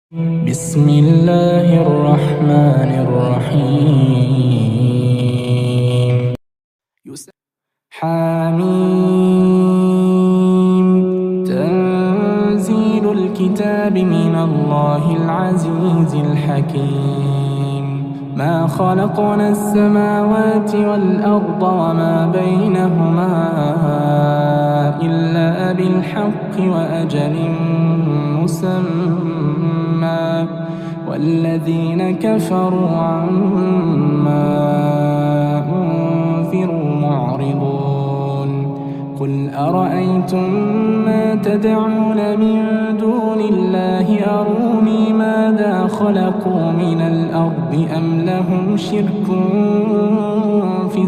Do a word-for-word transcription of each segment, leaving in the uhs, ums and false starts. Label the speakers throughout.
Speaker 1: بسم الله الرحمن الرحيم. حميم. تنزيل الكتاب من الله العزيز الحكيم. ما خلقنا السماوات والأرض وما بينهما إلا بالحق وأجل مسمى، والذين كفروا عما أنذروا معرضون. قل أرأيتم ما تدعون من دون الله أروني ماذا خلقوا من الأرض أم لهم شرك في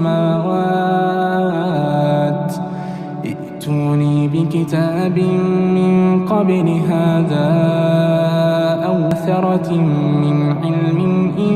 Speaker 1: السماوات، ائتوني بكتاب من قبل هذا أو أثرة من علم إن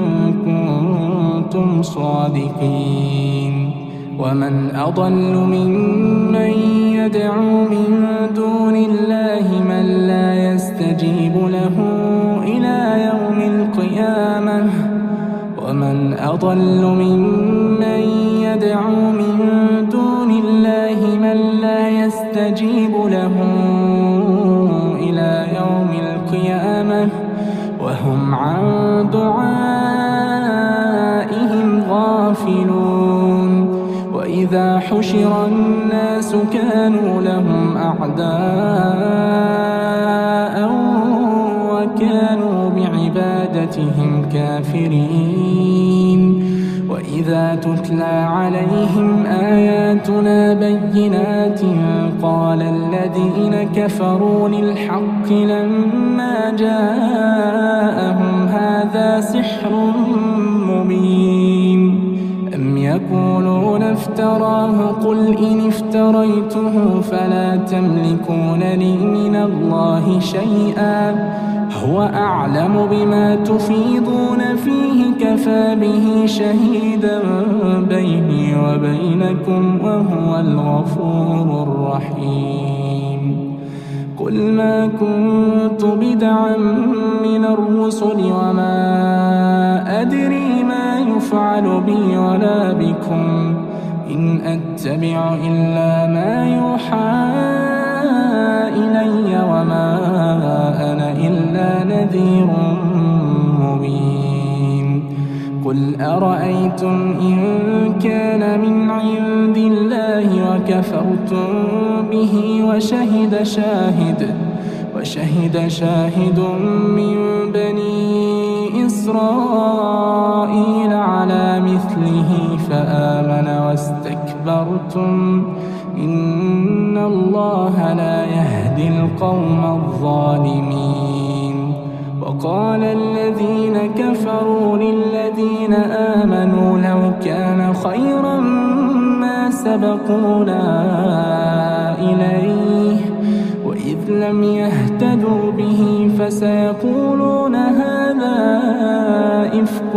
Speaker 1: كنتم صادقين. ومن أضل ممن يدعو من دون الله من لا يستجيب له إلى يوم القيامة ومن أضل ممن يدعو من دون الله من لا يستجيب له إلى يوم القيامة وهم عن دعائهم غافلون. وإذا حشر الناس كانوا لهم أعداء وكانوا بعبادتهم كافرين. وإذا تتلى عليهم آياتنا بينات قال الذين كفروا للحق لما جاءهم هذا سحر مبين. أم يقولون افتراه قل إن افتريته فلا تملكون لي من الله شيئا هو أعلم بما تفيضون فيه كفى به شهيدا بيني وبينكم وهو الغفور الرحيم. قل ما كنت بدعا من الرسل وما أدري ما يفعل بي ولا بكم إن أتبع إلا ما يوحى إلي وما أنا إلا نذير مبين. قل أرأيتم إن كان من عند الله وكفرتم به وشهد شاهد وشهد شاهد من بني إسرائيل على مثله فآمن واستكبرتم إن الله لا يهدي القوم الظالمين. وقال الذين كفروا للذين آمنوا لو كان خيرا ما سبقونا إليه وإذ لم يهتدوا به فسيقولون هذا إفك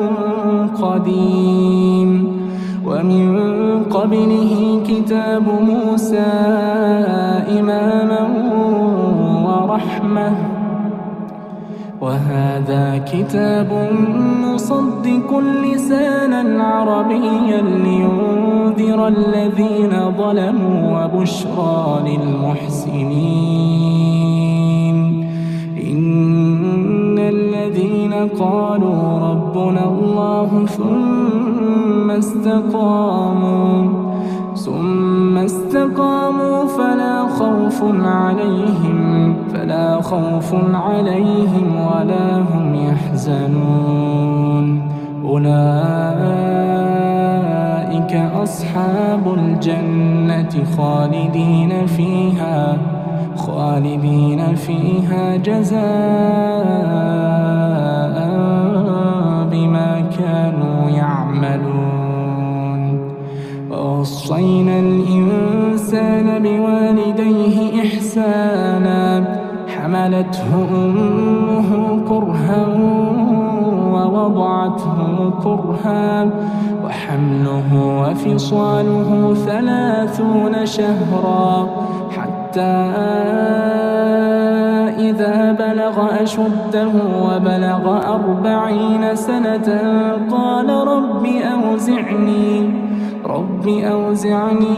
Speaker 1: قديم. ومن قبله كتاب موسى إماما ورحمة وهذا كتاب مصدق لسانا عربيا لينذر الذين ظلموا وبشرى للمحسنين. إن الذين قالوا ربنا الله ثم استقاموا ثم استقاموا فلا خوف عليهم فلا خوف عليهم ولا هم يحزنون. أولئك أصحاب الجنة خالدين فيها خالدين فيها جزاء بما كانوا يعملون. ووصينا الإنسان بوالديه إحسانا حملته أمه كرها ووضعته كرها وحمله وفصاله ثلاثون شهرا حتى إذا إذا بلغ أشده وبلغ أربعين سنة قال رب أوزعني رب أوزعني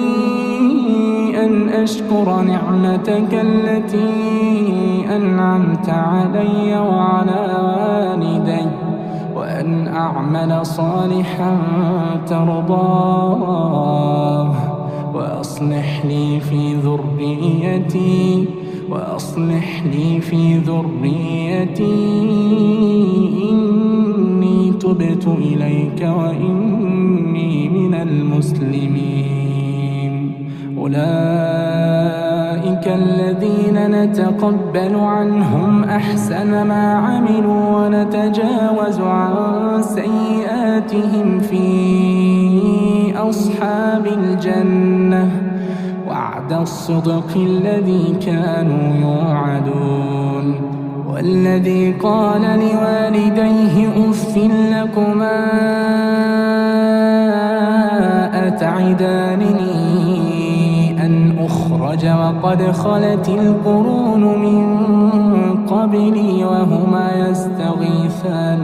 Speaker 1: أن أشكر نعمتك التي أنعمت علي وعلى والدي وأن أعمل صالحا ترضاه وأصلح لي في ذريتي وأصلح لي في ذريتي إني تبت إليك وإني من المسلمين. أولئك الذين نتقبل عنهم أحسن ما عملوا ونتجاوز عن سيئاتهم في أصحاب الجنة وعد الصدق الذي كانوا يوعدون. والذي قال لوالديه أف لكما أتعدانني أن أخرج وقد خلت القرون من قبلي وهما يستغيثان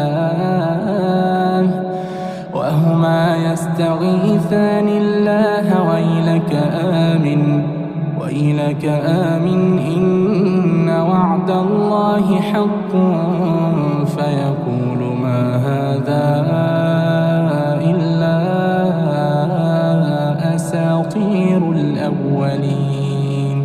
Speaker 1: الله وهما يستغيثان الله ويلك آمن ويلك آمن إن وعد الله حق فيقول ما هذا إلا أساطير الأولين.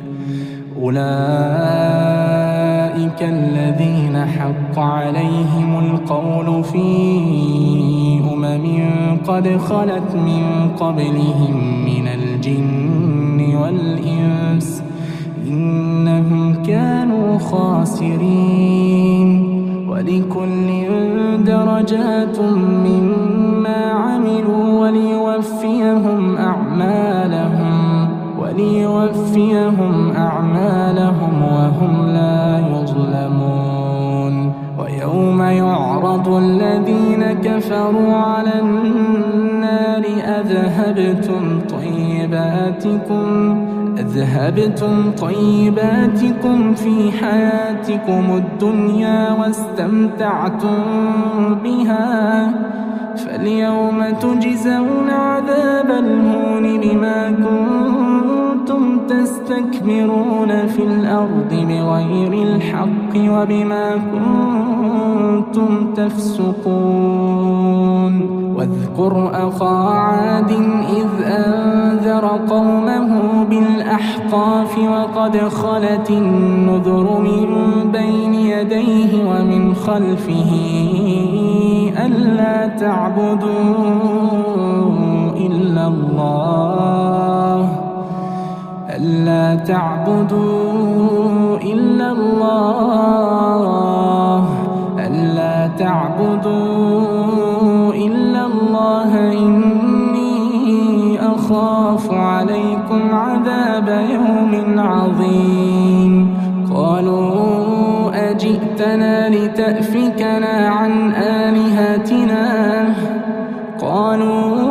Speaker 1: أولئك الذين حق عليهم القول في أمم قد خلت من قبلهم من الجن والإنس إنهم كانوا خاسرين. ولكل درجات مما عملوا وليوفيهم أعمالهم وليوفيهم أعمالهم وهم لا يظلمون. ويوم يعرض الذين كفروا على النار أذهبتم طيباتكم أذهبتم طيباتكم في حياتكم الدنيا واستمتعتم بها فاليوم تجزون عذاب الهون بما كنتم تستكبرون في الأرض بغير الحق وبما كنتم تفسقون. واذكر أخا عاد إذ أنذر قومه بالأحقاف وقد خلت النذر من بين يديه ومن خلفه ألا تعبدوا إلا الله ألا تعبدوا إلا الله ألا تعبدوا إلا الله إني أخاف عليكم عذاب يوم عظيم. قالوا أجئتنا لتأفكنا عن آلهتنا قالوا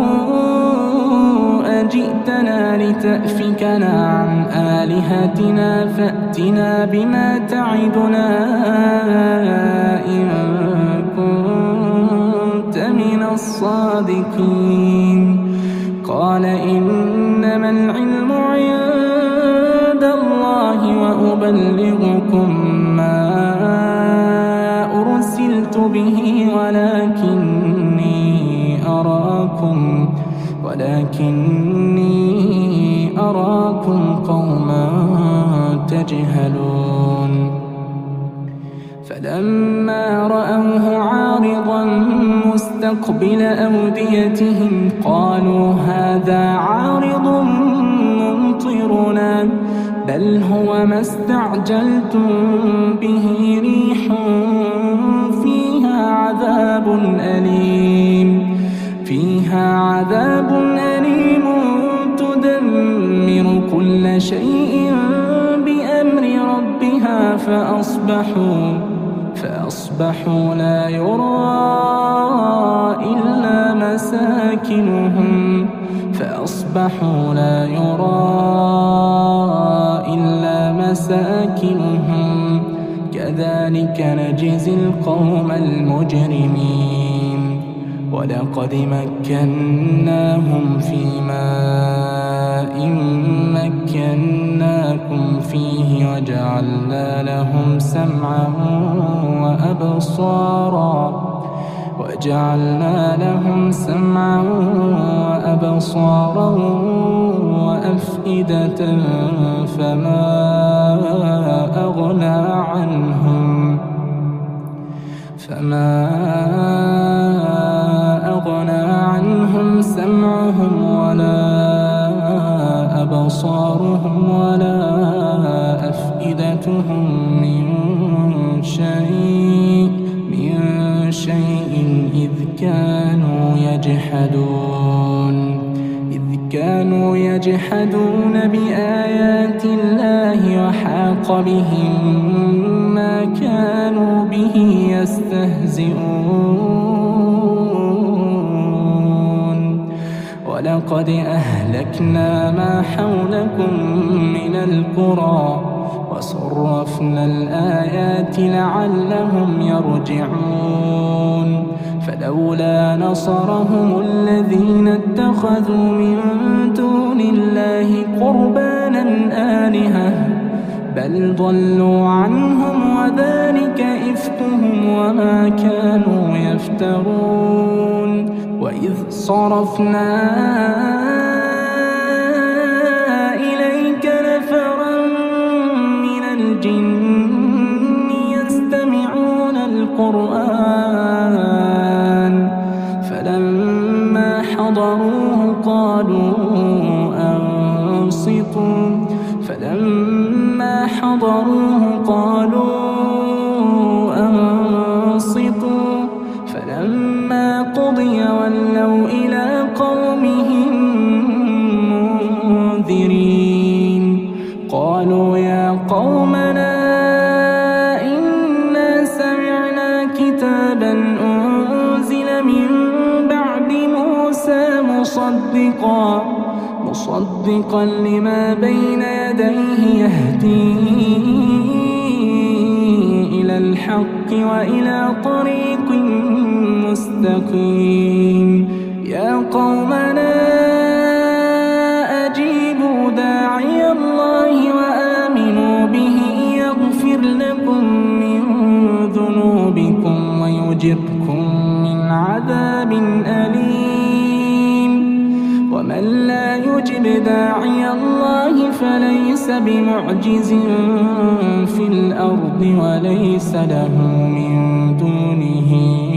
Speaker 1: أجئتنا لتأفكنا عن آلهتنا فأتنا بما تعدنا إن كنت من الصادقين. قال إنما العلم عند الله وأبلغكم ما أرسلت به ولكني أراكم ولكني أراكم قوما تجهلون. فلما رأوه عارضا مستقبل أوديتهم قالوا هذا عارض ممطرنا بل هو ما استعجلتم به ريح فيها عذاب أليم فيها عذاب أليم تدمر كل شيء بأمر ربها فأصبحوا فأصبحوا لا يرى إلا مساكنهم فأصبحوا لا يرى إلا ومساكنهم كذلك نجزي القوم المجرمين ولقد مكناهم في ماء مكناكم فيه وجعلنا لهم سمعا وأبصارا وجعلنا لهم سمعا وأبصارا وأفئدة فما أغنى عنهم فما أغنى عنهم سمعهم ولا أبصارهم ولا أفئدتهم من شيء من شيء إذ كانوا يجحدون إذ كانوا يجحدون بآيات الله وحاق بهم ما كانوا به يستهزئون ولقد أهلكنا ما حولكم من القرى وصرفنا الآيات لعلهم يرجعون فلولا نصرهم الذين اتخذوا من دون الله قربانا آلهة بل ضلوا عنهم وذلك إفكهم وما كانوا يفترون وإذ صرفنا إليك نفرا من الجن يستمعون القرآن فلما حضروه قالوا أنصتوا فلما حضروه قالوا أنصتوا فلما قضي ولوا إلى قومهم منذرين قالوا يا قومنا إنا سمعنا كتابا أنزل من بعد موسى مصدقا مصدقا لما بين يديه يهدي إلى الحق وإلى طريق مستقيم يا قومنا أجيبوا داعي الله وآمنوا به يغفر لكم من ذنوبكم ويجركم من عذاب أليم ومن لا يجب داعي الله فليس بمعجز في الأرض وليس له من دونه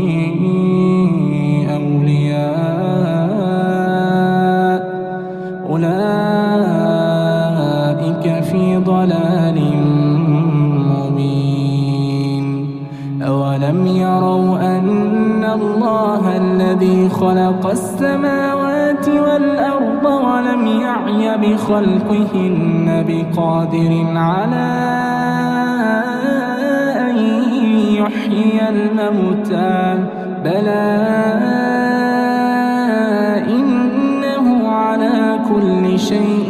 Speaker 1: أولياء أولئك في ضلال مبين أولم يروا أن الله الذي خلق السماوات والأرض ولم يعي بخلقهن بقادر على أن يحيي الموتى بلى إنه على كل شيء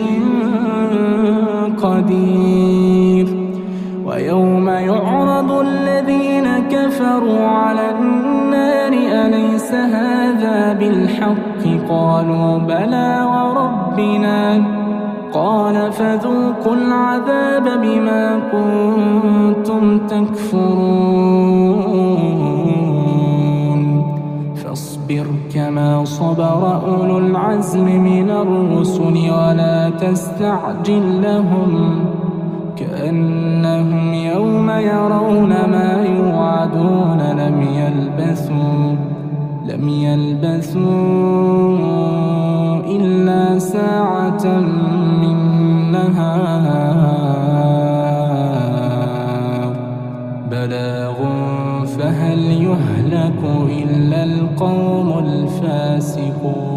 Speaker 1: قدير ويوم يعرض الذين كفروا على النار أليس هذا بالحق قالوا بلى وربنا قال فذوقوا العذاب بما كنتم تكفرون فاصبر كما صبر أولو العزم من الرسل ولا تستعجل لهم كأنهم يوم يرون ما يوعدون لم يلبثوا لم يلبثوا إلا ساعة من نهار بلاغ فهل يهلك إلا القوم الفاسقون.